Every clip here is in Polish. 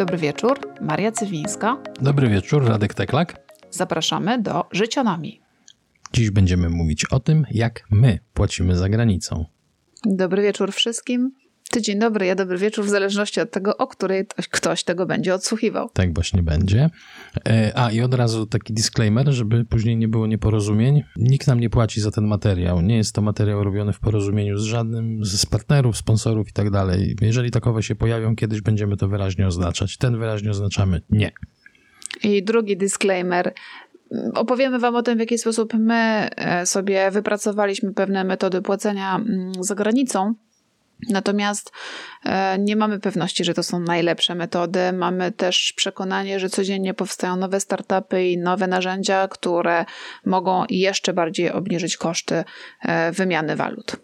Dobry wieczór, Maria Cywińska. Dobry wieczór, Radek Teklak. Zapraszamy do Życionami. Dziś będziemy mówić o tym, jak my płacimy za granicą. Dobry wieczór wszystkim. Ty dzień dobry, ja dobry wieczór, w zależności od tego, o której ktoś tego będzie odsłuchiwał. Tak właśnie będzie. I od razu taki disclaimer, żeby później nie było nieporozumień. Nikt nam nie płaci za ten materiał. Nie jest to materiał robiony w porozumieniu z żadnym z partnerów, sponsorów i tak dalej. Jeżeli takowe się pojawią, kiedyś będziemy to wyraźnie oznaczać. Ten wyraźnie oznaczamy nie. I drugi disclaimer. Opowiemy wam o tym, w jaki sposób my sobie wypracowaliśmy pewne metody płacenia za granicą. Natomiast nie mamy pewności, że to są najlepsze metody. Mamy też przekonanie, że codziennie powstają nowe startupy i nowe narzędzia, które mogą jeszcze bardziej obniżyć koszty wymiany walut.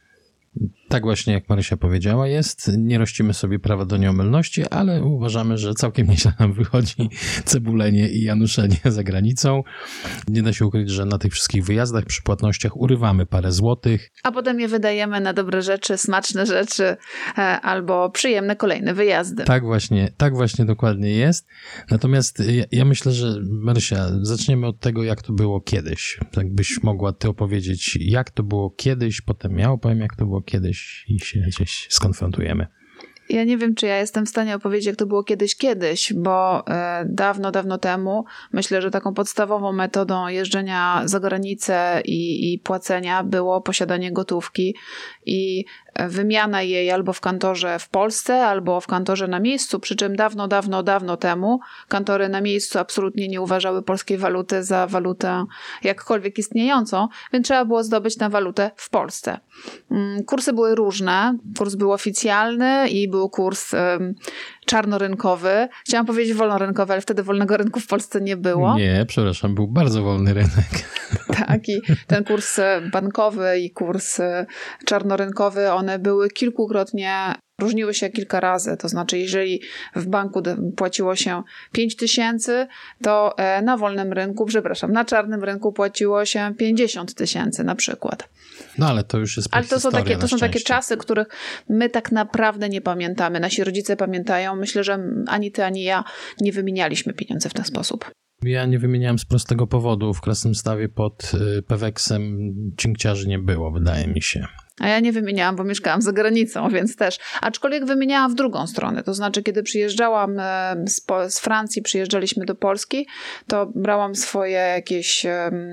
Tak właśnie, jak Marysia powiedziała, jest. Nie rościmy sobie prawa do nieomylności, ale uważamy, że całkiem nieźle nam wychodzi cebulenie i januszenie za granicą. Nie da się ukryć, że na tych wszystkich wyjazdach, przy płatnościach urywamy parę złotych. A potem je wydajemy na dobre rzeczy, smaczne rzeczy albo przyjemne kolejne wyjazdy. Tak właśnie dokładnie jest. Natomiast ja myślę, że Marysia, zaczniemy od tego, jak to było kiedyś. Tak byś mogła ty opowiedzieć, jak to było kiedyś, potem ja opowiem, jak to było kiedyś i się gdzieś skonfrontujemy. Ja nie wiem, czy ja jestem w stanie opowiedzieć, jak to było kiedyś, bo dawno temu myślę, że taką podstawową metodą jeżdżenia za granicę i płacenia było posiadanie gotówki i wymiana jej albo w kantorze w Polsce, albo w kantorze na miejscu, przy czym dawno temu kantory na miejscu absolutnie nie uważały polskiej waluty za walutę jakkolwiek istniejącą, więc trzeba było zdobyć tę walutę w Polsce. Kursy były różne, kurs był oficjalny i był kurs czarnorynkowy. Chciałam powiedzieć wolnorynkowy, ale wtedy wolnego rynku w Polsce nie było. Nie, przepraszam, był bardzo wolny rynek. Tak, i ten kurs bankowy i kurs czarnorynkowy, one były kilkukrotnie, różniły się kilka razy. To znaczy, jeżeli w banku płaciło się 5 000, to na wolnym rynku, na czarnym rynku płaciło się 50 000 na przykład. No ale to już jest Ale to są takie czasy, których my tak naprawdę nie pamiętamy. Nasi rodzice pamiętają. Myślę, że ani ty, ani ja nie wymienialiśmy pieniędzy w ten sposób. Ja nie wymieniałem z prostego powodu. W Krasnymstawie pod Peweksem cinkciarzy nie było, wydaje mi się. A ja nie wymieniałam, bo mieszkałam za granicą, więc też. Aczkolwiek wymieniałam w drugą stronę. To znaczy, kiedy przyjeżdżałam z Francji, przyjeżdżaliśmy do Polski, to brałam swoje jakieś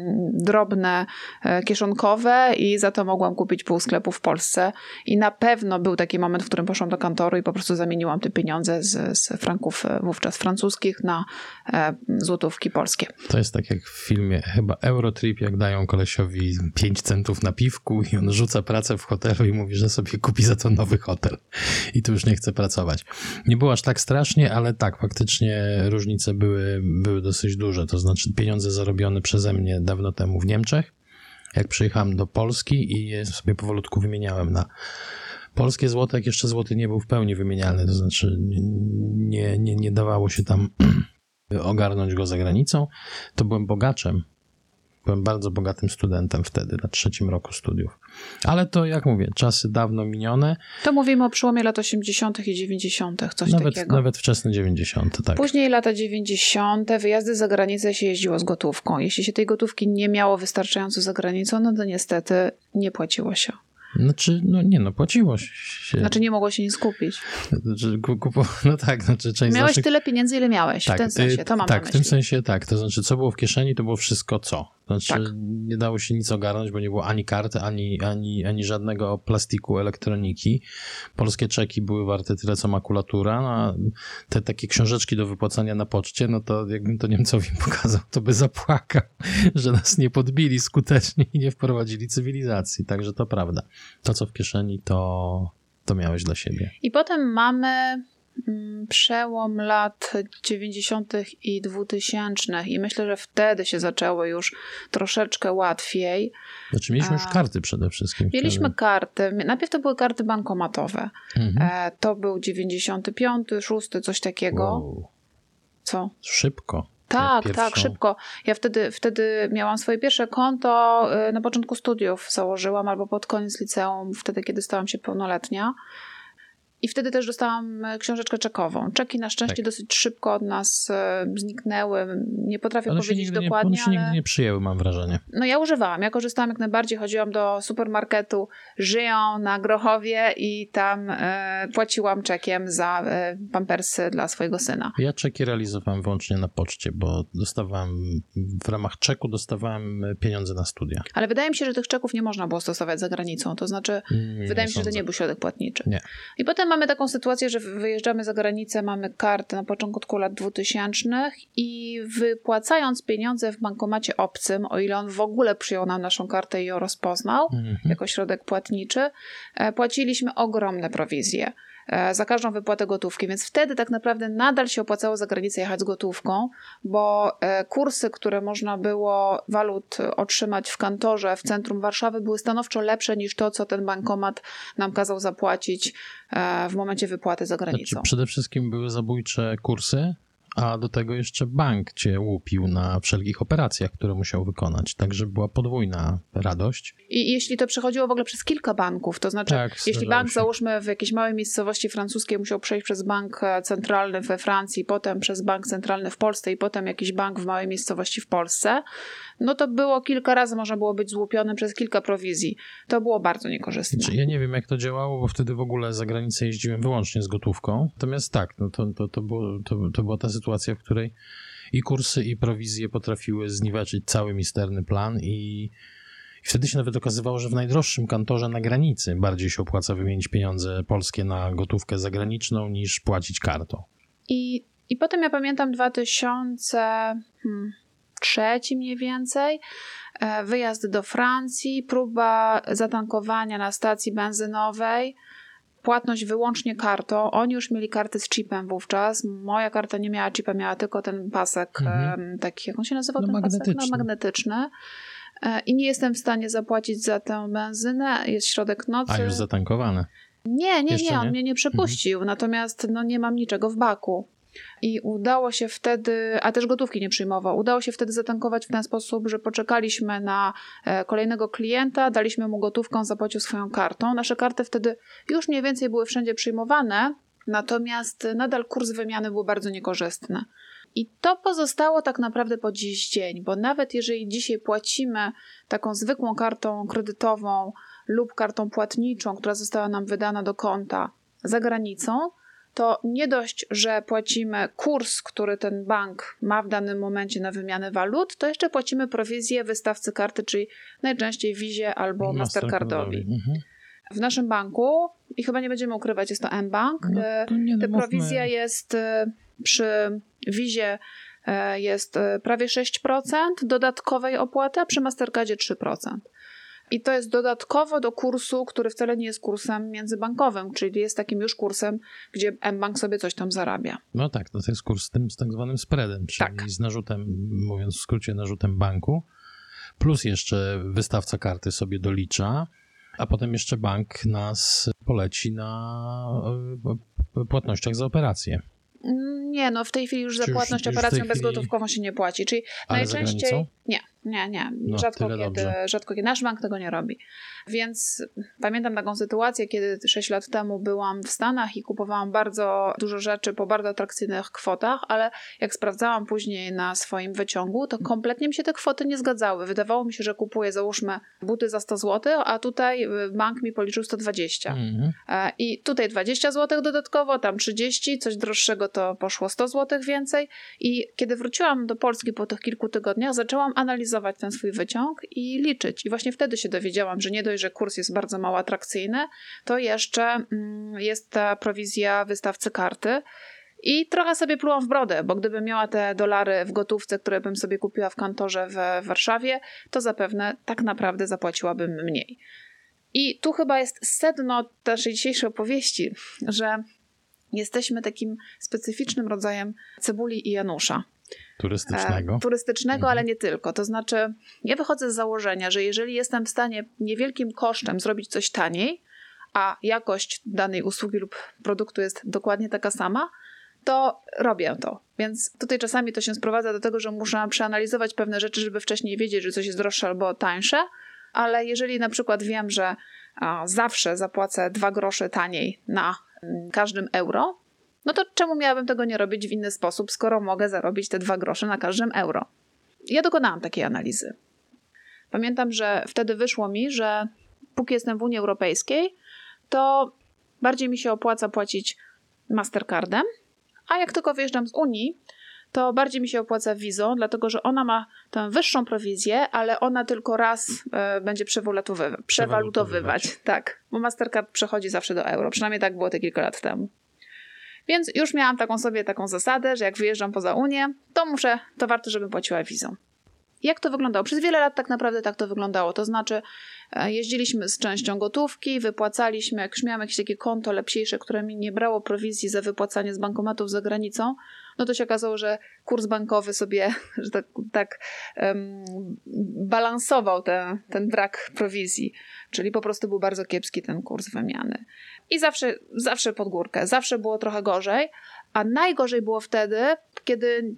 drobne kieszonkowe i za to mogłam kupić pół sklepu w Polsce. I na pewno był taki moment, w którym poszłam do kantoru i po prostu zamieniłam te pieniądze z franków wówczas francuskich na złotówki polskie. To jest tak jak w filmie chyba Eurotrip, jak dają kolesiowi 5 centów na piwku i on rzuca pracę w hotelu i mówi, że sobie kupi za to nowy hotel i tu już nie chce pracować. Nie było aż tak strasznie, ale tak, faktycznie różnice były dosyć duże. To znaczy pieniądze zarobione przeze mnie dawno temu w Niemczech, jak przyjechałem do Polski i je sobie powolutku wymieniałem na polskie złote, jak jeszcze złoty nie był w pełni wymienialny, to znaczy nie dawało się tam ogarnąć go za granicą, to byłem bogaczem. Byłem bardzo bogatym studentem wtedy, na 3. roku studiów. Ale to, jak mówię, czasy dawno minione. To mówimy o przełomie lat 80. i 90., coś takiego. Nawet wczesne 90., tak. Później lata 90., wyjazdy za granicę się jeździło z gotówką. Jeśli się tej gotówki nie miało wystarczająco za granicą, no to niestety nie płaciło się. Płaciło się. Znaczy nie mogło się nic kupić. Część miałeś tyle pieniędzy, ile miałeś, tak, w tym sensie, to mam na myśli. W tym sensie tak, to znaczy co było w kieszeni, to było wszystko co. Znaczy tak. Nie dało się nic ogarnąć, bo nie było ani karty, ani żadnego plastiku, elektroniki. Polskie czeki były warte tyle, co makulatura, a te takie książeczki do wypłacania na poczcie, no to jakbym to Niemcowi pokazał, to by zapłakał, że nas nie podbili skutecznie i nie wprowadzili cywilizacji. Także to prawda. To, co w kieszeni, to miałeś dla siebie. I potem mamy przełom lat 90. i 2000 i myślę, że wtedy się zaczęło już troszeczkę łatwiej. Znaczy mieliśmy już karty przede wszystkim. Mieliśmy karty. Najpierw to były karty bankomatowe. To był 95, 6, coś takiego. Wow. Co? Szybko. Tak, szybko. Ja wtedy miałam swoje pierwsze konto, na początku studiów założyłam, albo pod koniec liceum, wtedy kiedy stałam się pełnoletnia. I wtedy też dostałam książeczkę czekową. Czeki na szczęście dosyć szybko od nas zniknęły. Nie potrafię powiedzieć dokładnie, one się nigdy nie przyjęły, mam wrażenie. No ja używałam. Ja korzystałam jak najbardziej. Chodziłam do supermarketu Żyją na Grochowie i tam płaciłam czekiem za pampersy dla swojego syna. Ja czeki realizowałem wyłącznie na poczcie, bo w ramach czeku dostawałem pieniądze na studia. Ale wydaje mi się, że tych czeków nie można było stosować za granicą. To znaczy, wydaje mi się, że to nie był środek płatniczy. Nie. I potem mamy taką sytuację, że wyjeżdżamy za granicę, mamy kartę na początku lat 2000 i wypłacając pieniądze w bankomacie obcym, o ile on w ogóle przyjął nam naszą kartę i ją rozpoznał jako środek płatniczy, płaciliśmy ogromne prowizje za każdą wypłatę gotówki, więc wtedy tak naprawdę nadal się opłacało za granicę jechać z gotówką, bo kursy, które można było walut otrzymać w kantorze w centrum Warszawy, były stanowczo lepsze niż to, co ten bankomat nam kazał zapłacić w momencie wypłaty za granicą. Znaczy, przede wszystkim były zabójcze kursy, a do tego jeszcze bank cię łupił na wszelkich operacjach, które musiał wykonać. Także była podwójna radość. I jeśli to przechodziło w ogóle przez kilka banków, to znaczy jeśli bank załóżmy w jakiejś małej miejscowości francuskiej musiał przejść przez bank centralny we Francji, potem przez bank centralny w Polsce i potem jakiś bank w małej miejscowości w Polsce, no to było kilka razy, można było być złupionym przez kilka prowizji. To było bardzo niekorzystne. Znaczy, ja nie wiem, jak to działało, bo wtedy w ogóle za granicę jeździłem wyłącznie z gotówką. Natomiast tak, no to była ta sytuacja, w której i kursy, i prowizje potrafiły zniweczyć cały misterny plan i wtedy się nawet okazywało, że w najdroższym kantorze na granicy bardziej się opłaca wymienić pieniądze polskie na gotówkę zagraniczną niż płacić kartą. I potem ja pamiętam 2003 mniej więcej, wyjazd do Francji, próba zatankowania na stacji benzynowej, płatność wyłącznie kartą. Oni już mieli karty z chipem wówczas. Moja karta nie miała chipa, miała tylko ten pasek, taki, jak on się nazywał, ten pasek? No, magnetyczny. I nie jestem w stanie zapłacić za tę benzynę. Jest środek nocy. A już zatankowane? Nie, on mnie nie przepuścił. Natomiast nie mam niczego w baku. I udało się wtedy, a też gotówki nie przyjmował, udało się wtedy zatankować w ten sposób, że poczekaliśmy na kolejnego klienta, daliśmy mu gotówkę, on zapłacił swoją kartą. Nasze karty wtedy już mniej więcej były wszędzie przyjmowane, natomiast nadal kurs wymiany był bardzo niekorzystny. I to pozostało tak naprawdę po dziś dzień, bo nawet jeżeli dzisiaj płacimy taką zwykłą kartą kredytową lub kartą płatniczą, która została nam wydana do konta za granicą, to nie dość, że płacimy kurs, który ten bank ma w danym momencie na wymianę walut, to jeszcze płacimy prowizję wystawcy karty, czyli najczęściej Vizie albo Mastercardowi. W naszym banku, i chyba nie będziemy ukrywać, jest to mBank, ta prowizja jest przy Vizie jest prawie 6% dodatkowej opłaty, a przy Mastercardzie 3%. I to jest dodatkowo do kursu, który wcale nie jest kursem międzybankowym, czyli jest takim już kursem, gdzie mBank sobie coś tam zarabia. No tak, to jest kurs z tak zwanym spreadem, czyli z narzutem, mówiąc w skrócie, narzutem banku, plus jeszcze wystawca karty sobie dolicza, a potem jeszcze bank nas poleci na płatnościach za operację. Nie, w tej chwili już za płatność operacją bezgotówkową się nie płaci. Czyli ale najczęściej... Nie. Rzadko kiedy. Nasz bank tego nie robi. Więc pamiętam taką sytuację, kiedy 6 lat temu byłam w Stanach i kupowałam bardzo dużo rzeczy po bardzo atrakcyjnych kwotach, ale jak sprawdzałam później na swoim wyciągu, to kompletnie mi się te kwoty nie zgadzały. Wydawało mi się, że kupuję, załóżmy, buty za 100 zł, a tutaj bank mi policzył 120. I tutaj 20 zł dodatkowo, tam 30, coś droższego to poszło 100 zł więcej. I kiedy wróciłam do Polski po tych kilku tygodniach, zaczęłam analizować ten swój wyciąg i liczyć. I właśnie wtedy się dowiedziałam, że nie dość, że kurs jest bardzo mało atrakcyjny, to jeszcze jest ta prowizja wystawcy karty. I trochę sobie plułam w brodę, bo gdybym miała te dolary w gotówce, które bym sobie kupiła w kantorze w Warszawie, to zapewne tak naprawdę zapłaciłabym mniej. I tu chyba jest sedno naszej dzisiejszej opowieści, że jesteśmy takim specyficznym rodzajem cebuli i Janusza. Turystycznego, ale nie tylko. To znaczy, ja wychodzę z założenia, że jeżeli jestem w stanie niewielkim kosztem zrobić coś taniej, a jakość danej usługi lub produktu jest dokładnie taka sama, to robię to. Więc tutaj czasami to się sprowadza do tego, że muszę przeanalizować pewne rzeczy, żeby wcześniej wiedzieć, że coś jest droższe albo tańsze, ale jeżeli na przykład wiem, że zawsze zapłacę 2 grosze taniej na każdym euro, no to czemu miałabym tego nie robić w inny sposób, skoro mogę zarobić te 2 grosze na każdym euro? Ja dokonałam takiej analizy. Pamiętam, że wtedy wyszło mi, że póki jestem w Unii Europejskiej, to bardziej mi się opłaca płacić Mastercardem, a jak tylko wyjeżdżam z Unii, to bardziej mi się opłaca Vizą, dlatego że ona ma tę wyższą prowizję, ale ona tylko raz będzie przewalutowywać. Tak, bo Mastercard przechodzi zawsze do euro. Przynajmniej tak było te kilka lat temu. Więc już miałam taką zasadę, że jak wyjeżdżam poza Unię, to warto, żebym płaciła Vizą. Jak to wyglądało? Przez wiele lat tak naprawdę tak to wyglądało. To znaczy jeździliśmy z częścią gotówki, wypłacaliśmy, jak już miałam jakieś takie konto lepsiejsze, które mi nie brało prowizji za wypłacanie z bankomatów za granicą, no to się okazało, że kurs bankowy sobie że tak balansował ten brak prowizji. Czyli po prostu był bardzo kiepski ten kurs wymiany. I zawsze pod górkę. Zawsze było trochę gorzej, a najgorzej było wtedy, kiedy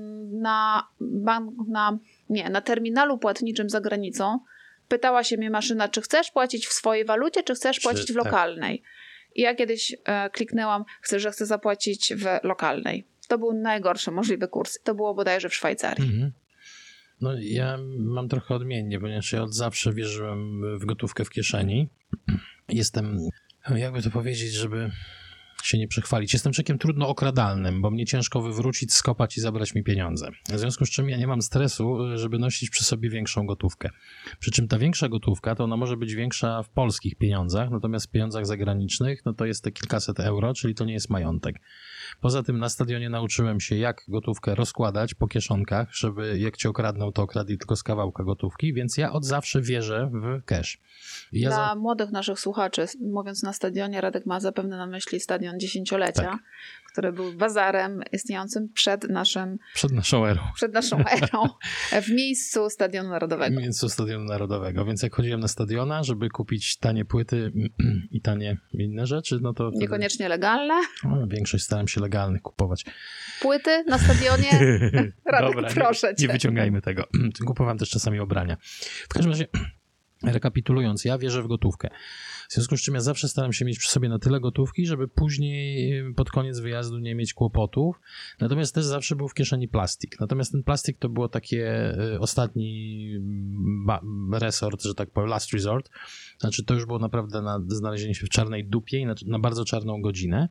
na terminalu płatniczym za granicą pytała się mnie maszyna, czy chcesz płacić w swojej walucie, czy chcesz płacić w lokalnej. I ja kiedyś kliknęłam, że chcę zapłacić w lokalnej. To był najgorszy możliwy kurs. To było bodajże w Szwajcarii. Mhm. No ja mam trochę odmiennie, ponieważ ja od zawsze wierzyłem w gotówkę w kieszeni. Jestem, jakby to powiedzieć, żeby się nie przechwalić. Jestem człowiekiem trudno okradalnym, bo mnie ciężko wywrócić, skopać i zabrać mi pieniądze. W związku z czym ja nie mam stresu, żeby nosić przy sobie większą gotówkę. Przy czym ta większa gotówka, to ona może być większa w polskich pieniądzach, natomiast w pieniądzach zagranicznych, no to jest te kilkaset euro, czyli to nie jest majątek. Poza tym na stadionie nauczyłem się, jak gotówkę rozkładać po kieszonkach, żeby jak cię okradną, to okradli tylko z kawałka gotówki, więc ja od zawsze wierzę w cash. Dla młodych naszych słuchaczy, mówiąc na stadionie, Radek ma zapewne na myśli stadion dziesięciolecia, który był bazarem istniejącym przed naszą erą w miejscu Stadionu Narodowego. W miejscu Stadionu Narodowego, więc jak chodziłem na stadiona, żeby kupić tanie płyty i tanie inne rzeczy, no to... Niekoniecznie legalne. Większość starałem się legalnych kupować. Płyty na stadionie? Radek, dobra, proszę cię. Nie wyciągajmy tego. Kupowałem też czasami ubrania. W każdym razie, rekapitulując, ja wierzę w gotówkę. W związku z czym ja zawsze staram się mieć przy sobie na tyle gotówki, żeby później pod koniec wyjazdu nie mieć kłopotów. Natomiast też zawsze był w kieszeni plastik. Natomiast ten plastik to było takie ostatni resort, że tak powiem, last resort. Znaczy to już było naprawdę na znalezienie się w czarnej dupie i na bardzo czarną godzinę.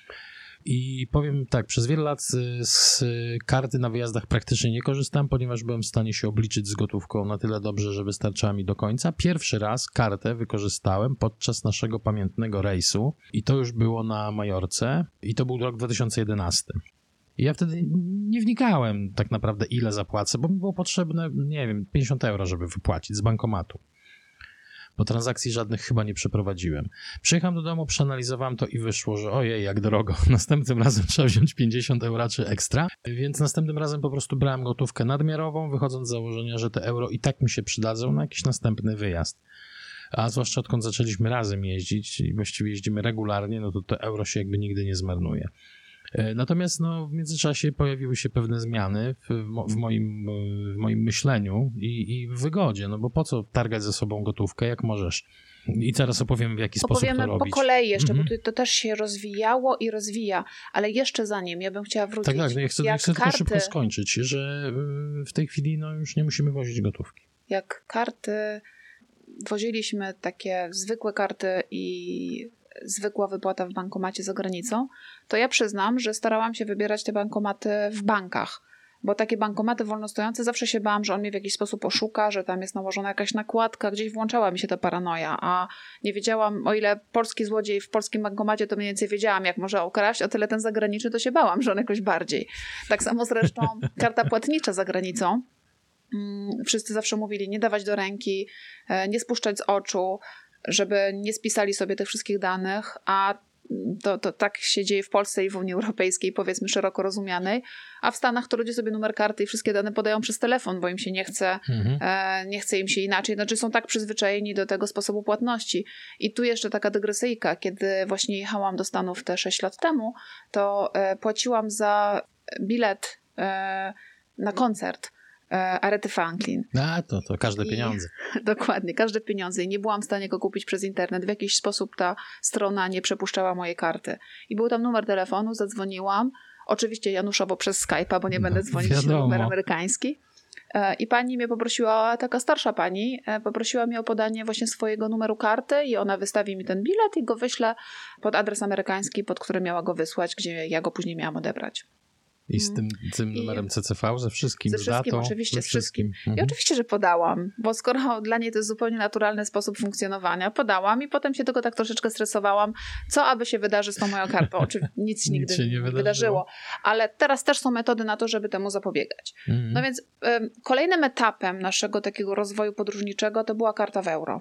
I powiem tak, przez wiele lat z karty na wyjazdach praktycznie nie korzystałem, ponieważ byłem w stanie się obliczyć z gotówką na tyle dobrze, że wystarczała mi do końca. Pierwszy raz kartę wykorzystałem podczas naszego pamiętnego rejsu i to już było na Majorce i to był rok 2011. I ja wtedy nie wnikałem tak naprawdę ile zapłacę, bo mi było potrzebne, nie wiem, 50 euro, żeby wypłacić z bankomatu. Bo transakcji żadnych chyba nie przeprowadziłem. Przyjechałem do domu, przeanalizowałem to i wyszło, że ojej, jak drogo. Następnym razem trzeba wziąć 50 euro czy ekstra, więc następnym razem po prostu brałem gotówkę nadmiarową, wychodząc z założenia, że te euro i tak mi się przydadzą na jakiś następny wyjazd. A zwłaszcza odkąd zaczęliśmy razem jeździć i właściwie jeździmy regularnie, no to to euro się jakby nigdy nie zmarnuje. Natomiast w międzyczasie pojawiły się pewne zmiany w moim myśleniu i w wygodzie, bo po co targać ze sobą gotówkę, jak możesz. I teraz opowiem, w jaki sposób to robić. Opowiemy po kolei jeszcze, bo to też się rozwijało i rozwija, ale jeszcze zanim, ja bym chciała wrócić. Tak, ja chcę tylko szybko skończyć, że w tej chwili już nie musimy wozić gotówki. Jak karty, woziliśmy takie zwykłe karty i zwykła wypłata w bankomacie za granicą, to ja przyznam, że starałam się wybierać te bankomaty w bankach, bo takie bankomaty wolnostojące zawsze się bałam, że on mnie w jakiś sposób oszuka, że tam jest nałożona jakaś nakładka, gdzieś włączała mi się ta paranoja, a nie wiedziałam, o ile polski złodziej w polskim bankomacie, to mniej więcej wiedziałam, jak może okraść, o tyle ten zagraniczny to się bałam, że on jakoś bardziej. Tak samo zresztą karta płatnicza za granicą. Wszyscy zawsze mówili, nie dawać do ręki, nie spuszczać z oczu, żeby nie spisali sobie tych wszystkich danych, a to tak się dzieje w Polsce i w Unii Europejskiej, powiedzmy szeroko rozumianej, a w Stanach to ludzie sobie numer karty i wszystkie dane podają przez telefon, bo im się nie chce im się inaczej, znaczy są tak przyzwyczajeni do tego sposobu płatności. I tu jeszcze taka dygresyjka, kiedy właśnie jechałam do Stanów te 6 lat temu, to płaciłam za bilet na koncert Aretty Franklin. To każde pieniądze. Dokładnie, każde pieniądze i nie byłam w stanie go kupić przez internet. W jakiś sposób ta strona nie przepuszczała mojej karty. I był tam numer telefonu, zadzwoniłam. Oczywiście januszowo przez Skype'a, bo nie będę dzwonić na numer amerykański. I pani mnie poprosiła, taka starsza pani, poprosiła mnie o podanie właśnie swojego numeru karty i ona wystawi mi ten bilet i go wyśle pod adres amerykański, pod który miała go wysłać, gdzie ja go później miałam odebrać. I z tym numerem CCV, ze wszystkim? Ze wszystkim, datą, oczywiście, z wszystkim. I oczywiście, że podałam, bo skoro dla niej to jest zupełnie naturalny sposób funkcjonowania, podałam i potem się tylko tak troszeczkę stresowałam, co aby się wydarzy z tą moją kartą. Oczywiście nic nigdy nie wydarzyło, ale teraz też są metody na to, żeby temu zapobiegać. No więc kolejnym etapem naszego takiego rozwoju podróżniczego to była karta w euro.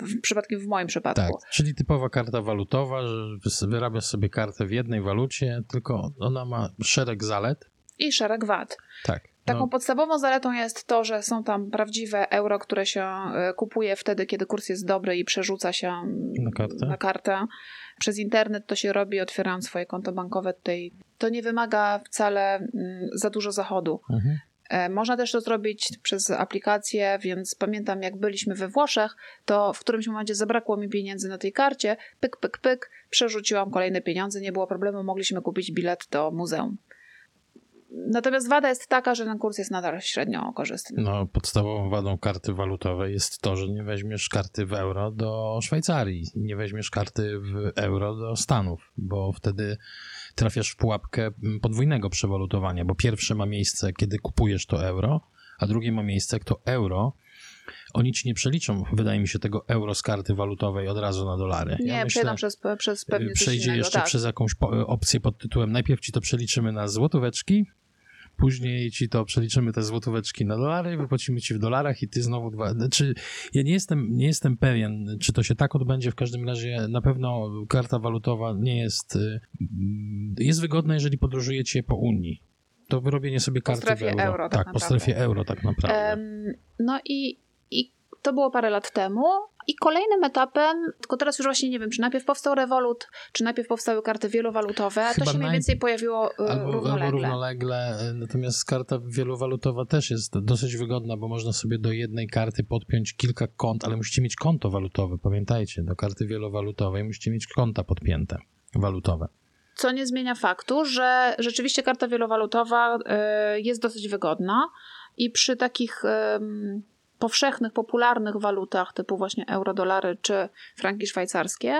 W moim przypadku. Tak, czyli typowa karta walutowa, że wyrabiasz sobie kartę w jednej walucie, tylko ona ma szereg zalet. I szereg wad. Tak. Taką podstawową zaletą jest to, że są tam prawdziwe euro, które się kupuje wtedy, kiedy kurs jest dobry i przerzuca się na kartę. Przez internet to się robi, otwierając swoje konto bankowe. Tutaj to nie wymaga wcale za dużo zachodu. Można też to zrobić przez aplikację, więc pamiętam, jak byliśmy we Włoszech, to w którymś momencie zabrakło mi pieniędzy na tej karcie, pyk, pyk, pyk, przerzuciłam kolejne pieniądze, nie było problemu, mogliśmy kupić bilet do muzeum. Natomiast wada jest taka, że ten kurs jest nadal średnio korzystny. No, podstawową wadą karty walutowej jest to, że nie weźmiesz karty w euro do Szwajcarii, nie weźmiesz karty w euro do Stanów, bo wtedy trafiasz w pułapkę podwójnego przewalutowania, bo pierwsze ma miejsce, kiedy kupujesz to euro, a drugie ma miejsce, jak to euro. Oni ci nie przeliczą, wydaje mi się, tego euro z karty walutowej od razu na dolary. Nie, przejdą przez pewnie coś przejdzie innego, jeszcze przez jakąś opcję pod tytułem najpierw ci to przeliczymy na złotóweczki, później ci to przeliczymy te złotóweczki na dolary, wypłacimy ci w dolarach i ty znowu ja nie jestem pewien, czy to się tak odbędzie. W każdym razie na pewno karta walutowa nie jest wygodna, jeżeli podróżujecie po Unii. To wyrobienie sobie karty w euro. Tak, po strefie euro tak naprawdę. No i to było parę lat temu. I kolejnym etapem, tylko teraz już właśnie nie wiem, czy najpierw powstał Revolut, czy najpierw powstały karty wielowalutowe, a to się mniej więcej pojawiło równolegle. Albo równolegle, natomiast karta wielowalutowa też jest dosyć wygodna, bo można sobie do jednej karty podpiąć kilka kont, ale musicie mieć konto walutowe, pamiętajcie, do karty wielowalutowej musicie mieć konta podpięte walutowe. Co nie zmienia faktu, że rzeczywiście karta wielowalutowa jest dosyć wygodna i przy takich powszechnych, popularnych walutach typu właśnie euro, dolary czy franki szwajcarskie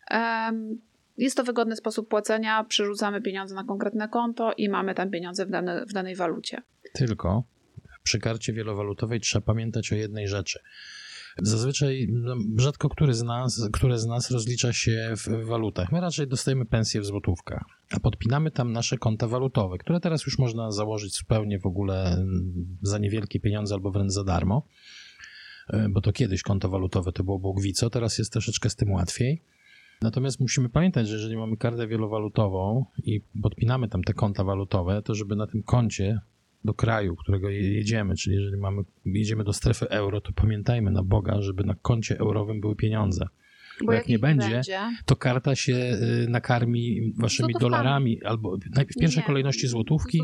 jest to wygodny sposób płacenia, przerzucamy pieniądze na konkretne konto i mamy tam pieniądze w danej walucie. Tylko przy karcie wielowalutowej trzeba pamiętać o jednej rzeczy. Zazwyczaj rzadko które z nas rozlicza się w walutach. My raczej dostajemy pensję w złotówkach, a podpinamy tam nasze konta walutowe, które teraz już można założyć zupełnie w ogóle za niewielkie pieniądze albo wręcz za darmo, bo to kiedyś konto walutowe to było błogwico, teraz jest troszeczkę z tym łatwiej. Natomiast musimy pamiętać, że jeżeli mamy kartę wielowalutową i podpinamy tam te konta walutowe, to żeby na tym koncie do kraju, którego jedziemy, czyli jeżeli jedziemy do strefy euro, to pamiętajmy na Boga, żeby na koncie eurowym były pieniądze. Bo jak nie będzie, to karta się nakarmi waszymi dolarami, albo najpierw w pierwszej kolejności złotówki.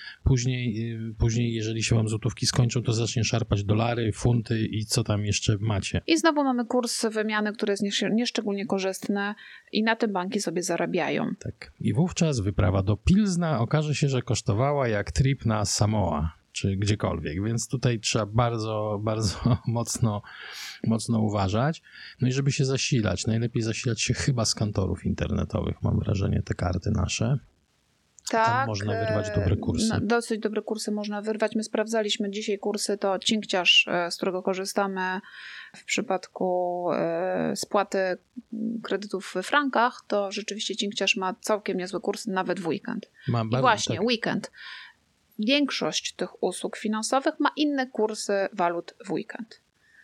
Później, jeżeli się wam złotówki skończą, to zacznie szarpać dolary, funty i co tam jeszcze macie. I znowu mamy kurs wymiany, który jest nieszczególnie korzystny i na tym banki sobie zarabiają. Tak. I wówczas wyprawa do Pilzna okaże się, że kosztowała jak trip na Samoa, czy gdziekolwiek, więc tutaj trzeba bardzo, bardzo mocno uważać. No i żeby się zasilać, najlepiej zasilać się chyba z kantorów internetowych, mam wrażenie, te karty nasze. Tak. Tam można wyrwać dobre kursy. Dosyć dobre kursy można wyrwać. My sprawdzaliśmy dzisiaj kursy, to Cinkciarz, z którego korzystamy w przypadku spłaty kredytów w frankach, to rzeczywiście Cinkciarz ma całkiem niezły kurs, nawet w weekend. Weekend. Większość tych usług finansowych ma inne kursy walut w weekend.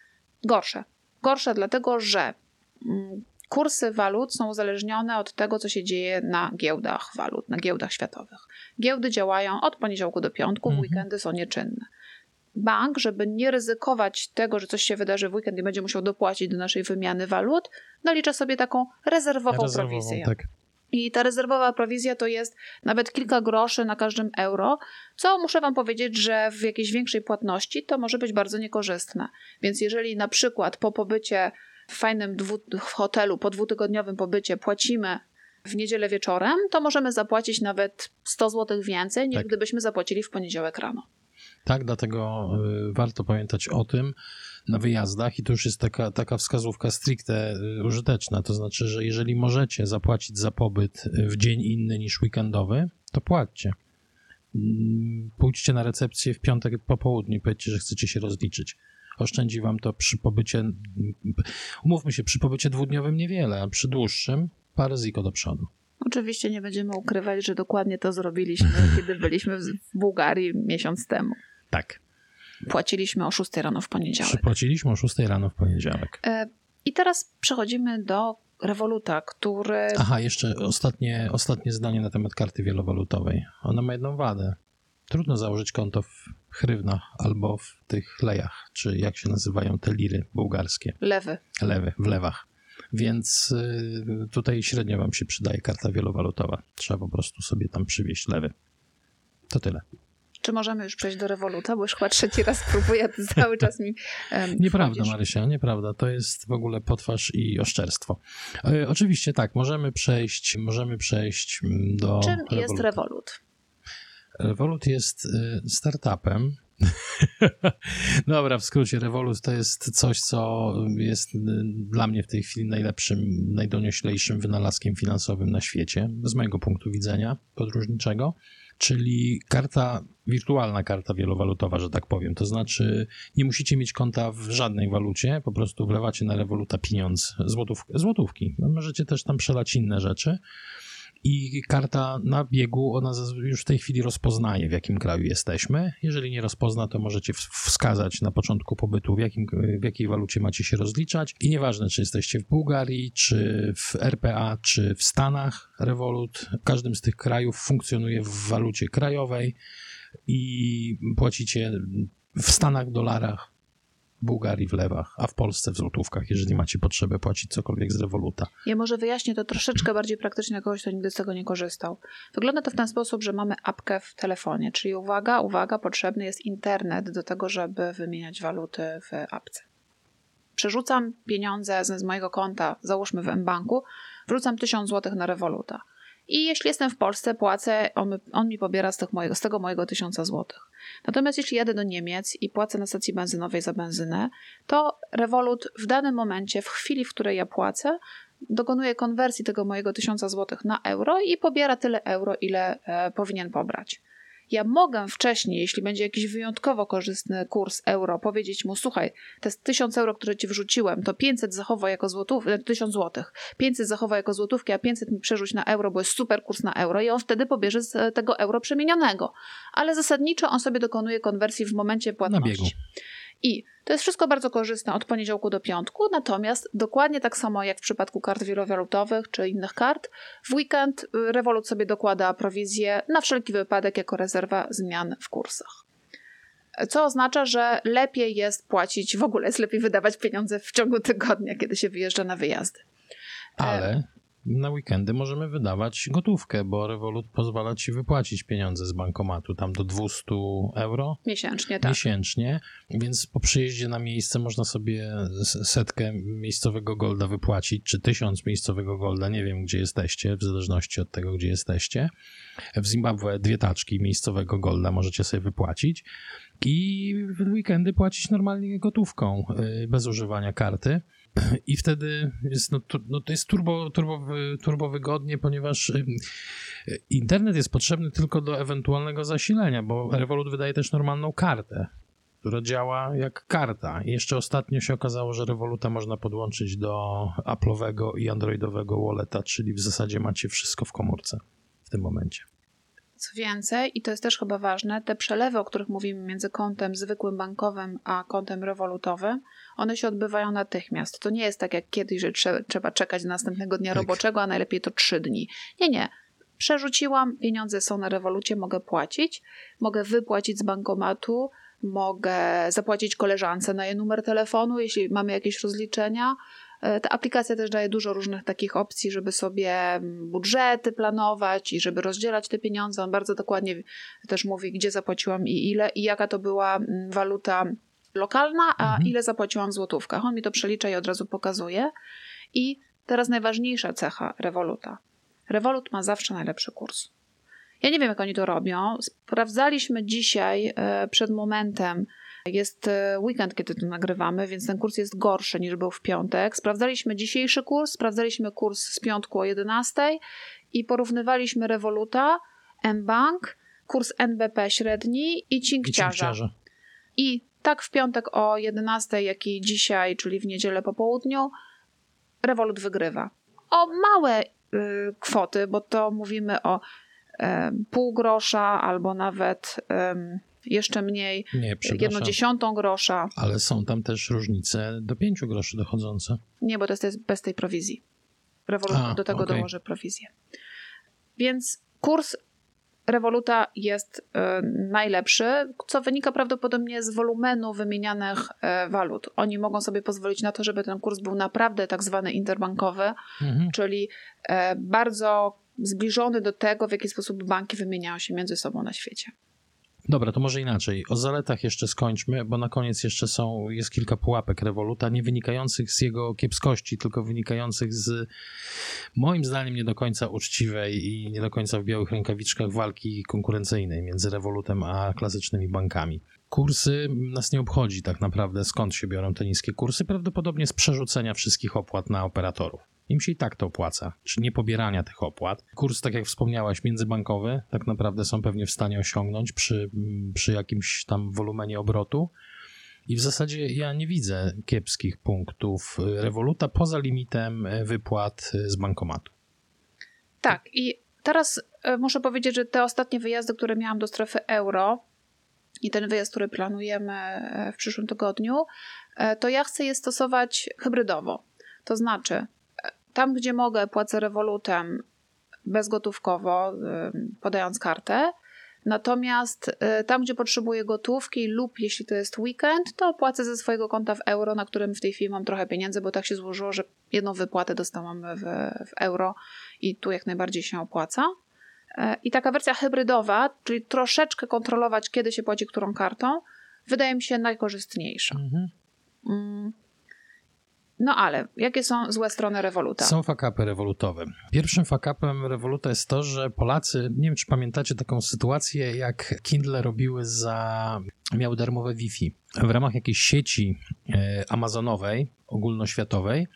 Gorsze dlatego, że kursy walut są uzależnione od tego, co się dzieje na giełdach walut, na giełdach światowych. Giełdy działają od poniedziałku do piątku, w weekendy są nieczynne. Bank, żeby nie ryzykować tego, że coś się wydarzy w weekend i będzie musiał dopłacić do naszej wymiany walut, nalicza sobie taką rezerwową prowizję. Tak. I ta rezerwowa prowizja to jest nawet kilka groszy na każdym euro, co muszę wam powiedzieć, że w jakiejś większej płatności to może być bardzo niekorzystne. Więc jeżeli na przykład po pobycie w fajnym hotelu, po 2-tygodniowym pobycie płacimy w niedzielę wieczorem, to możemy zapłacić nawet 100 zł więcej, niż gdybyśmy zapłacili w poniedziałek rano. Tak, dlatego warto pamiętać o tym na wyjazdach i to już jest taka wskazówka stricte użyteczna. To znaczy, że jeżeli możecie zapłacić za pobyt w dzień inny niż weekendowy, to płaccie. Pójdźcie na recepcję w piątek po południu i powiedzcie, że chcecie się rozliczyć. Oszczędzi wam to przy pobycie, umówmy się, przy pobycie 2-dniowym niewiele, a przy dłuższym parę ziko do przodu. Oczywiście nie będziemy ukrywać, że dokładnie to zrobiliśmy, kiedy byliśmy w Bułgarii miesiąc temu. Tak. Płaciliśmy o 6 rano w poniedziałek. Płaciliśmy o 6 rano w poniedziałek. I teraz przechodzimy do Revoluta, który... Aha, jeszcze ostatnie zdanie na temat karty wielowalutowej. Ona ma jedną wadę. Trudno założyć konto w hrywnach albo w tych lejach, czy jak się nazywają te liry bułgarskie. Lewy, w lewach. Więc tutaj średnio wam się przydaje karta wielowalutowa. Trzeba po prostu sobie tam przywieźć lewy. To tyle. Czy możemy już przejść do Revoluta? Bo już chyba 3. raz próbuję, to cały czas mi Nieprawda, wchodzisz. Marysia, nieprawda. To jest w ogóle potwarz i oszczerstwo. Oczywiście tak, możemy przejść do Czym Revoluta. jest Revolut? Revolut jest startupem. Dobra, w skrócie, Revolut to jest coś, co jest dla mnie w tej chwili najlepszym, najdonioślejszym wynalazkiem finansowym na świecie, z mojego punktu widzenia podróżniczego, czyli wirtualna karta wielowalutowa, że tak powiem. To znaczy nie musicie mieć konta w żadnej walucie, po prostu wlewacie na Revoluta pieniądz, złotówki. Możecie też tam przelać inne rzeczy. I karta na biegu, ona już w tej chwili rozpoznaje, w jakim kraju jesteśmy. Jeżeli nie rozpozna, to możecie wskazać na początku pobytu, w jakiej walucie macie się rozliczać. I nieważne, czy jesteście w Bułgarii, czy w RPA, czy w Stanach, Revolut, w każdym z tych krajów funkcjonuje w walucie krajowej i płacicie w Stanach w dolarach, w Bułgarii w lewach, a w Polsce w złotówkach, jeżeli macie potrzebę płacić cokolwiek z Revoluta. Ja może wyjaśnię to troszeczkę bardziej praktycznie dla kogoś, kto nigdy z tego nie korzystał. Wygląda to w ten sposób, że mamy apkę w telefonie, czyli uwaga, potrzebny jest internet do tego, żeby wymieniać waluty w apce. Przerzucam pieniądze z mojego konta, załóżmy w mBanku, wrzucam 1000 zł na Revoluta. I jeśli jestem w Polsce, płacę, on mi pobiera z tego mojego 1000 zł. Natomiast jeśli jadę do Niemiec i płacę na stacji benzynowej za benzynę, to Revolut w danym momencie, w chwili, w której ja płacę, dokonuje konwersji tego mojego 1000 zł na euro i pobiera tyle euro, ile powinien pobrać. Ja mogę wcześniej, jeśli będzie jakiś wyjątkowo korzystny kurs euro, powiedzieć mu, słuchaj, te 1000 euro, które ci wrzuciłem, to 500 zachowaj jako 1000 zł. 500 zachowaj jako złotówki, a 500 mi przerzuć na euro, bo jest super kurs na euro i on wtedy pobierze z tego euro przemienionego. Ale zasadniczo on sobie dokonuje konwersji w momencie płatności. Na biegu. I to jest wszystko bardzo korzystne od poniedziałku do piątku, natomiast dokładnie tak samo jak w przypadku kart wielowalutowych czy innych kart, w weekend Revolut sobie dokłada prowizję na wszelki wypadek jako rezerwa zmian w kursach. Co oznacza, że lepiej jest płacić, w ogóle jest lepiej wydawać pieniądze w ciągu tygodnia, kiedy się wyjeżdża na wyjazdy. Ale na weekendy możemy wydawać gotówkę, bo Revolut pozwala ci wypłacić pieniądze z bankomatu tam do 200 euro. Miesięcznie, tak. Miesięcznie, więc po przyjeździe na miejsce można sobie 100 miejscowego golda wypłacić, czy 1000 miejscowego golda, nie wiem gdzie jesteście, w zależności od tego, gdzie jesteście. W Zimbabwe 2 taczki miejscowego golda możecie sobie wypłacić i w weekendy płacić normalnie gotówką, bez używania karty. I wtedy jest, to jest turbo wygodnie, ponieważ internet jest potrzebny tylko do ewentualnego zasilenia, bo Revolut wydaje też normalną kartę, która działa jak karta. I jeszcze ostatnio się okazało, że Revoluta można podłączyć do Apple'owego i Androidowego walleta, czyli w zasadzie macie wszystko w komórce w tym momencie. Co więcej, i to jest też chyba ważne, te przelewy, o których mówimy między kontem zwykłym bankowym a kontem revolutowym, one się odbywają natychmiast. To nie jest tak jak kiedyś, że trzeba czekać do następnego dnia roboczego, a najlepiej to 3 dni. Nie. Przerzuciłam, pieniądze są na Revolucie, mogę płacić, mogę wypłacić z bankomatu, mogę zapłacić koleżance na jej numer telefonu, jeśli mamy jakieś rozliczenia, Ta aplikacja też daje dużo różnych takich opcji, żeby sobie budżety planować i żeby rozdzielać te pieniądze. On bardzo dokładnie też mówi, gdzie zapłaciłam i ile i jaka to była waluta lokalna, a ile zapłaciłam w złotówkach. On mi to przelicza i od razu pokazuje. I teraz najważniejsza cecha Revoluta. Revolut ma zawsze najlepszy kurs. Ja nie wiem, jak oni to robią. Sprawdzaliśmy dzisiaj przed momentem, jest weekend, kiedy tu nagrywamy, więc ten kurs jest gorszy niż był w piątek. Sprawdzaliśmy dzisiejszy kurs, sprawdzaliśmy kurs z piątku o 11 i porównywaliśmy Revoluta, mBank, kurs NBP średni i Cinkciarza. I tak w piątek o 11, jak i dzisiaj, czyli w niedzielę po południu, Revolut wygrywa. O małe kwoty, bo to mówimy o pół grosza albo nawet jeszcze mniej, 1/10 grosza. Ale są tam też różnice do 5 groszy dochodzące. Nie, bo to jest bez tej prowizji. Revolut do tego dołoży prowizję. Więc kurs Revoluta jest najlepszy, co wynika prawdopodobnie z wolumenu wymienianych walut. Oni mogą sobie pozwolić na to, żeby ten kurs był naprawdę tak zwany interbankowy, czyli bardzo zbliżony do tego, w jaki sposób banki wymieniają się między sobą na świecie. Dobra, to może inaczej. O zaletach jeszcze skończmy, bo na koniec jeszcze jest kilka pułapek Revoluta, nie wynikających z jego kiepskości, tylko wynikających z, moim zdaniem, nie do końca uczciwej i nie do końca w białych rękawiczkach walki konkurencyjnej między Revolutem a klasycznymi bankami. Kursy nas nie obchodzi tak naprawdę, skąd się biorą te niskie kursy, prawdopodobnie z przerzucenia wszystkich opłat na operatorów. Im się i tak to opłaca, czy nie pobierania tych opłat. Kurs, tak jak wspomniałaś, międzybankowy, tak naprawdę są pewnie w stanie osiągnąć przy jakimś tam wolumenie obrotu. I w zasadzie ja nie widzę kiepskich punktów Revoluta poza limitem wypłat z bankomatu. Tak, i teraz muszę powiedzieć, że te ostatnie wyjazdy, które miałam do strefy euro i ten wyjazd, który planujemy w przyszłym tygodniu, to ja chcę je stosować hybrydowo. To znaczy, tam, gdzie mogę, płacę Revolutem bezgotówkowo, podając kartę. Natomiast tam, gdzie potrzebuję gotówki lub jeśli to jest weekend, to płacę ze swojego konta w euro, na którym w tej chwili mam trochę pieniędzy, bo tak się złożyło, że jedną wypłatę dostałam w euro i tu jak najbardziej się opłaca. I taka wersja hybrydowa, czyli troszeczkę kontrolować, kiedy się płaci którą kartą, wydaje mi się najkorzystniejsza. No ale jakie są złe strony Revoluta? Są fuck-upy Revolutowe. Pierwszym fuck-upem Revoluta jest to, że Polacy, nie wiem czy pamiętacie taką sytuację, jak Kindle miały darmowe Wi-Fi. W ramach jakiejś sieci amazonowej, ogólnoświatowej,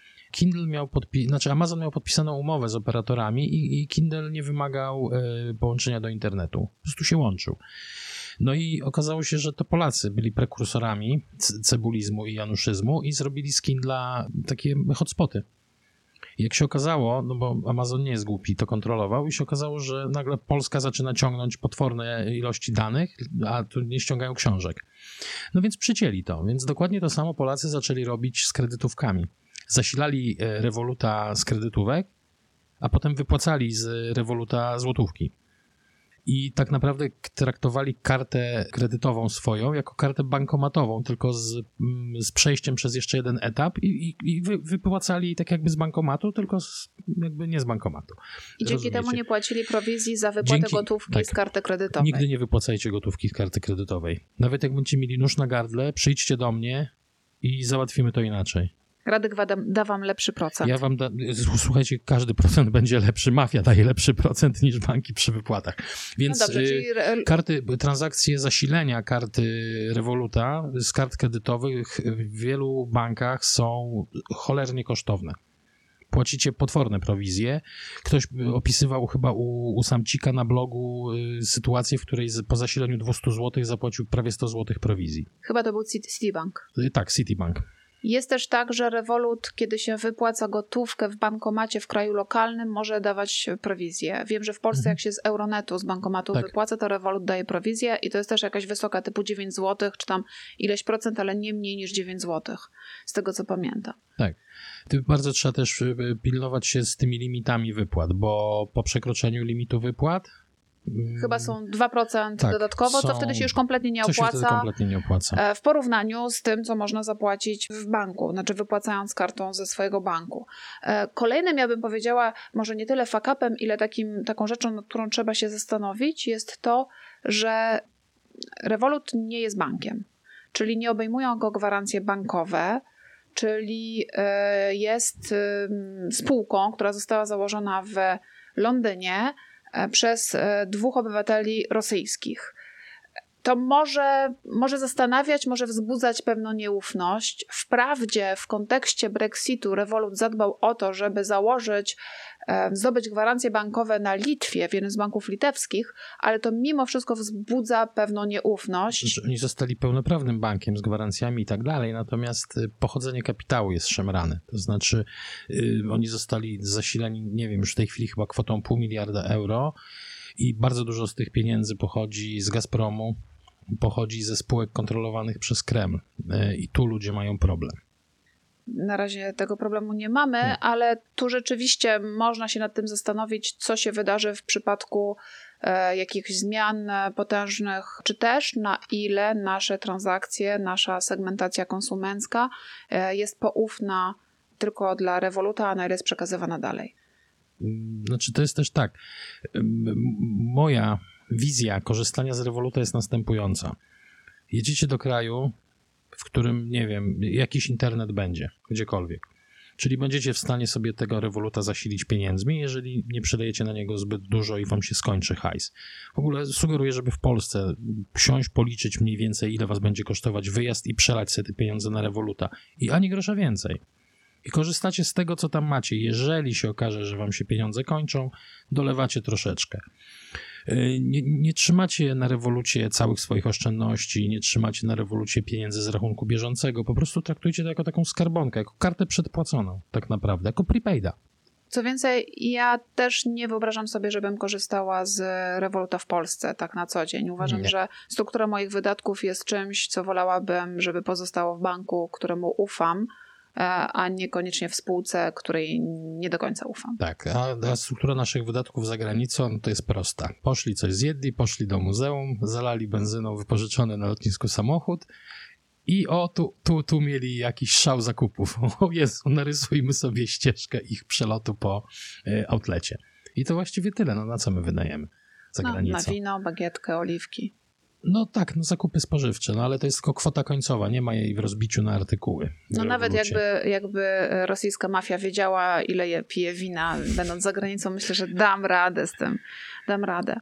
Amazon miał podpisaną umowę z operatorami i Kindle nie wymagał połączenia do internetu. Po prostu się łączył. No i okazało się, że to Polacy byli prekursorami cebulizmu i januszyzmu i zrobili z Kindla takie hotspoty. I jak się okazało, no bo Amazon nie jest głupi, to kontrolował i się okazało, że nagle Polska zaczyna ciągnąć potworne ilości danych, a tu nie ściągają książek. No więc przycięli to. Więc dokładnie to samo Polacy zaczęli robić z kredytówkami. Zasilali Revoluta z kredytówek, a potem wypłacali z Revoluta złotówki. I tak naprawdę traktowali kartę kredytową swoją jako kartę bankomatową, tylko z przejściem przez jeszcze jeden etap i wypłacali tak jakby z bankomatu, tylko jakby nie z bankomatu. I dzięki temu nie płacili prowizji za wypłatę gotówki z karty kredytowej. Nigdy nie wypłacajcie gotówki z karty kredytowej. Nawet jak będziecie mieli nóż na gardle, przyjdźcie do mnie i załatwimy to inaczej. Radek da wam lepszy procent. Ja wam słuchajcie, każdy procent będzie lepszy. Mafia daje lepszy procent niż banki przy wypłatach. Więc no dobrze, transakcje zasilenia karty Revoluta z kart kredytowych w wielu bankach są cholernie kosztowne. Płacicie potworne prowizje. Ktoś opisywał chyba u Samcika na blogu sytuację, w której po zasileniu 200 zł zapłacił prawie 100 zł prowizji. Chyba to był Citibank. Tak, Citibank. Jest też tak, że Revolut, kiedy się wypłaca gotówkę w bankomacie w kraju lokalnym, może dawać prowizję. Wiem, że w Polsce jak się z Euronetu, z bankomatu wypłaca, to Revolut daje prowizję i to jest też jakaś wysoka, typu 9 zł, czy tam ileś procent, ale nie mniej niż 9 zł, z tego co pamiętam. Tak. Bardzo trzeba też pilnować się z tymi limitami wypłat, bo po przekroczeniu limitu wypłat Chyba są 2% tak, dodatkowo, co wtedy się już kompletnie nie opłaca. Co się wtedy kompletnie nie opłaca. W porównaniu z tym, co można zapłacić w banku, znaczy wypłacając kartą ze swojego banku. Kolejnym, ja bym powiedziała, może nie tyle fuck-upem, ile taką rzeczą, nad którą trzeba się zastanowić, jest to, że Revolut nie jest bankiem. Czyli nie obejmują go gwarancje bankowe, czyli jest spółką, która została założona w Londynie przez 2 obywateli rosyjskich. To może zastanawiać, może wzbudzać pewną nieufność. Wprawdzie w kontekście Brexitu Revolut zadbał o to, żeby zdobyć gwarancje bankowe na Litwie, w jednym z banków litewskich, ale to mimo wszystko wzbudza pewną nieufność. Znaczy, oni zostali pełnoprawnym bankiem z gwarancjami i tak dalej, natomiast pochodzenie kapitału jest szemrane. To znaczy oni zostali zasileni, nie wiem, już w tej chwili chyba kwotą 0,5 miliarda euro i bardzo dużo z tych pieniędzy pochodzi z Gazpromu, pochodzi ze spółek kontrolowanych przez Kreml i tu ludzie mają problem. Na razie tego problemu nie mamy, ale tu rzeczywiście można się nad tym zastanowić, co się wydarzy w przypadku jakichś zmian potężnych, czy też na ile nasze transakcje, nasza segmentacja konsumencka jest poufna tylko dla Revoluta, a na ile jest przekazywana dalej. Znaczy to jest też tak. Moja wizja korzystania z Revoluta jest następująca. Jedziecie do kraju, w którym, nie wiem, jakiś internet będzie, gdziekolwiek. Czyli będziecie w stanie sobie tego Revoluta zasilić pieniędzmi, jeżeli nie przelejecie na niego zbyt dużo i wam się skończy hajs. W ogóle sugeruję, żeby w Polsce wsiąść, policzyć mniej więcej, ile was będzie kosztować wyjazd i przelać sobie te pieniądze na Revoluta. I ani grosza więcej. I korzystacie z tego, co tam macie. Jeżeli się okaże, że wam się pieniądze kończą, dolewacie troszeczkę. Nie trzymacie na Revolucie całych swoich oszczędności, nie trzymacie na Revolucie pieniędzy z rachunku bieżącego, po prostu traktujcie to jako taką skarbonkę, jako kartę przedpłaconą tak naprawdę, jako prepaida. Co więcej, ja też nie wyobrażam sobie, żebym korzystała z Revoluta w Polsce tak na co dzień. Uważam, że struktura moich wydatków jest czymś, co wolałabym, żeby pozostało w banku, któremu ufam, a niekoniecznie w spółce, której nie do końca ufam. Tak, a struktura naszych wydatków za granicą to jest prosta. Poszli coś zjedli, poszli do muzeum, zalali benzyną wypożyczony na lotnisku samochód i tu mieli jakiś szał zakupów. O Jezu, narysujmy sobie ścieżkę ich przelotu po outlecie. I to właściwie tyle, na co my wydajemy za granicą. Na wino, bagietkę, oliwki. No tak, zakupy spożywcze, ale to jest tylko kwota końcowa, nie ma jej w rozbiciu na artykuły. Nawet jakby rosyjska mafia wiedziała, ile pije wina, będąc za granicą, myślę, że dam radę z tym. Dam radę.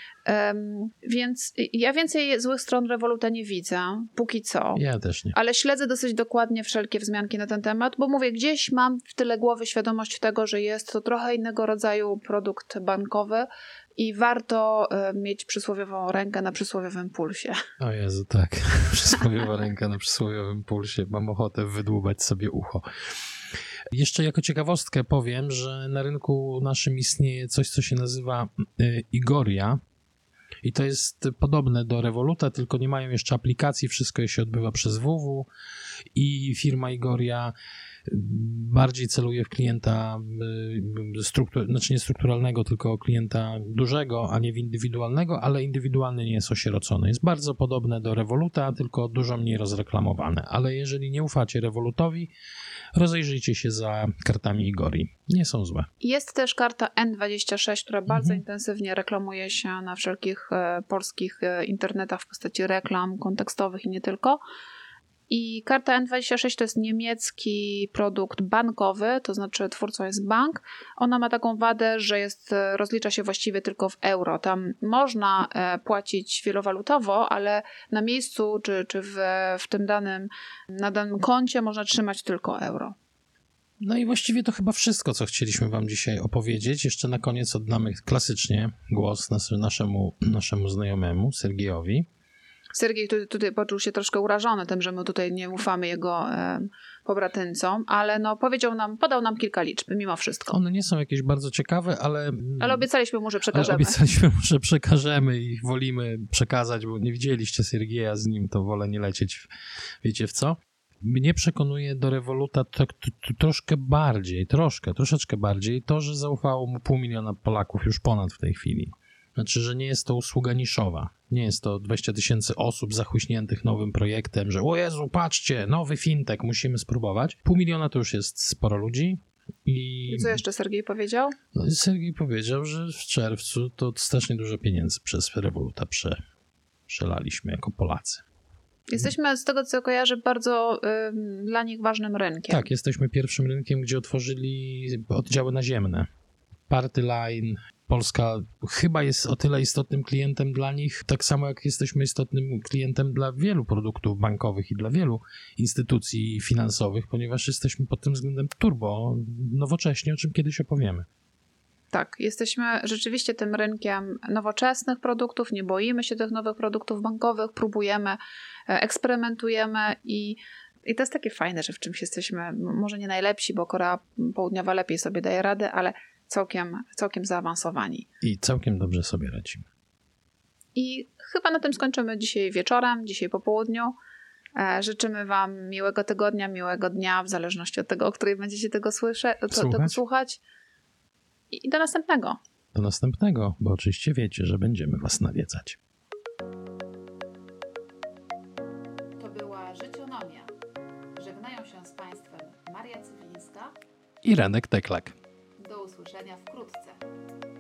Więc ja więcej złych stron Revoluta nie widzę, póki co. Ja też nie. Ale śledzę dosyć dokładnie wszelkie wzmianki na ten temat, bo mówię, gdzieś mam w tyle głowy świadomość tego, że jest to trochę innego rodzaju produkt bankowy i warto mieć przysłowiową rękę na przysłowiowym pulsie. O Jezu, tak. Przysłowiowa ręka na przysłowiowym pulsie. Mam ochotę wydłubać sobie ucho. Jeszcze jako ciekawostkę powiem, że na rynku naszym istnieje coś, co się nazywa Igoria i to jest podobne do Revoluta, tylko nie mają jeszcze aplikacji, wszystko się odbywa przez WW i firma Igoria bardziej celuje w klienta znaczy nie strukturalnego, tylko klienta dużego, a nie indywidualnego, ale indywidualny nie jest osierocony. Jest bardzo podobne do Revoluta, tylko dużo mniej rozreklamowane. Ale jeżeli nie ufacie Revolutowi, rozejrzyjcie się za kartami Igorii. Nie są złe. Jest też karta N26, która bardzo intensywnie reklamuje się na wszelkich polskich internetach w postaci reklam kontekstowych i nie tylko. I karta N26 to jest niemiecki produkt bankowy, to znaczy twórcą jest bank. Ona ma taką wadę, że rozlicza się właściwie tylko w euro. Tam można płacić wielowalutowo, ale na miejscu czy w tym na danym koncie można trzymać tylko euro. No i właściwie to chyba wszystko, co chcieliśmy wam dzisiaj opowiedzieć. Jeszcze na koniec oddamy klasycznie głos naszemu znajomemu, Sergiejowi. Sergiej tutaj poczuł się troszkę urażony tym, że my tutaj nie ufamy jego pobratyńcom, ale podał nam kilka liczb mimo wszystko. One nie są jakieś bardzo ciekawe, ale obiecaliśmy mu, że przekażemy. Obiecaliśmy mu, że przekażemy i wolimy przekazać, bo nie widzieliście Sergieja z nim, to wolę nie lecieć, wiecie w co? Mnie przekonuje do Revoluta troszeczkę bardziej to, że zaufało mu 500 000 Polaków, już ponad w tej chwili. Znaczy, że nie jest to usługa niszowa. Nie jest to 20 000 osób zachuśniętych nowym projektem, że o Jezu, patrzcie, nowy fintech, musimy spróbować. 500 000 to już jest sporo ludzi. I co jeszcze Sergiej powiedział? No, Sergiej powiedział, że w czerwcu to strasznie dużo pieniędzy przez Revoluta przelaliśmy jako Polacy. Jesteśmy, z tego co kojarzę, bardzo dla nich ważnym rynkiem. Tak, jesteśmy pierwszym rynkiem, gdzie otworzyli oddziały naziemne. Partyline, Polska chyba jest o tyle istotnym klientem dla nich, tak samo jak jesteśmy istotnym klientem dla wielu produktów bankowych i dla wielu instytucji finansowych, ponieważ jesteśmy pod tym względem turbo nowocześnie, o czym kiedyś opowiemy. Tak, jesteśmy rzeczywiście tym rynkiem nowoczesnych produktów, nie boimy się tych nowych produktów bankowych, próbujemy, eksperymentujemy i to jest takie fajne, że w czymś jesteśmy może nie najlepsi, bo Korea Południowa lepiej sobie daje radę, ale całkiem zaawansowani. I całkiem dobrze sobie radzimy. I chyba na tym skończymy dzisiaj wieczorem, dzisiaj po południu. Życzymy Wam miłego tygodnia, miłego dnia, w zależności od tego, o której będziecie tego słuchać. I do następnego. Do następnego, bo oczywiście wiecie, że będziemy Was nawiedzać. To była Życionomia. Żegnają się z Państwem Maria Cywińska i Radek Teklak. Do usłyszenia wkrótce.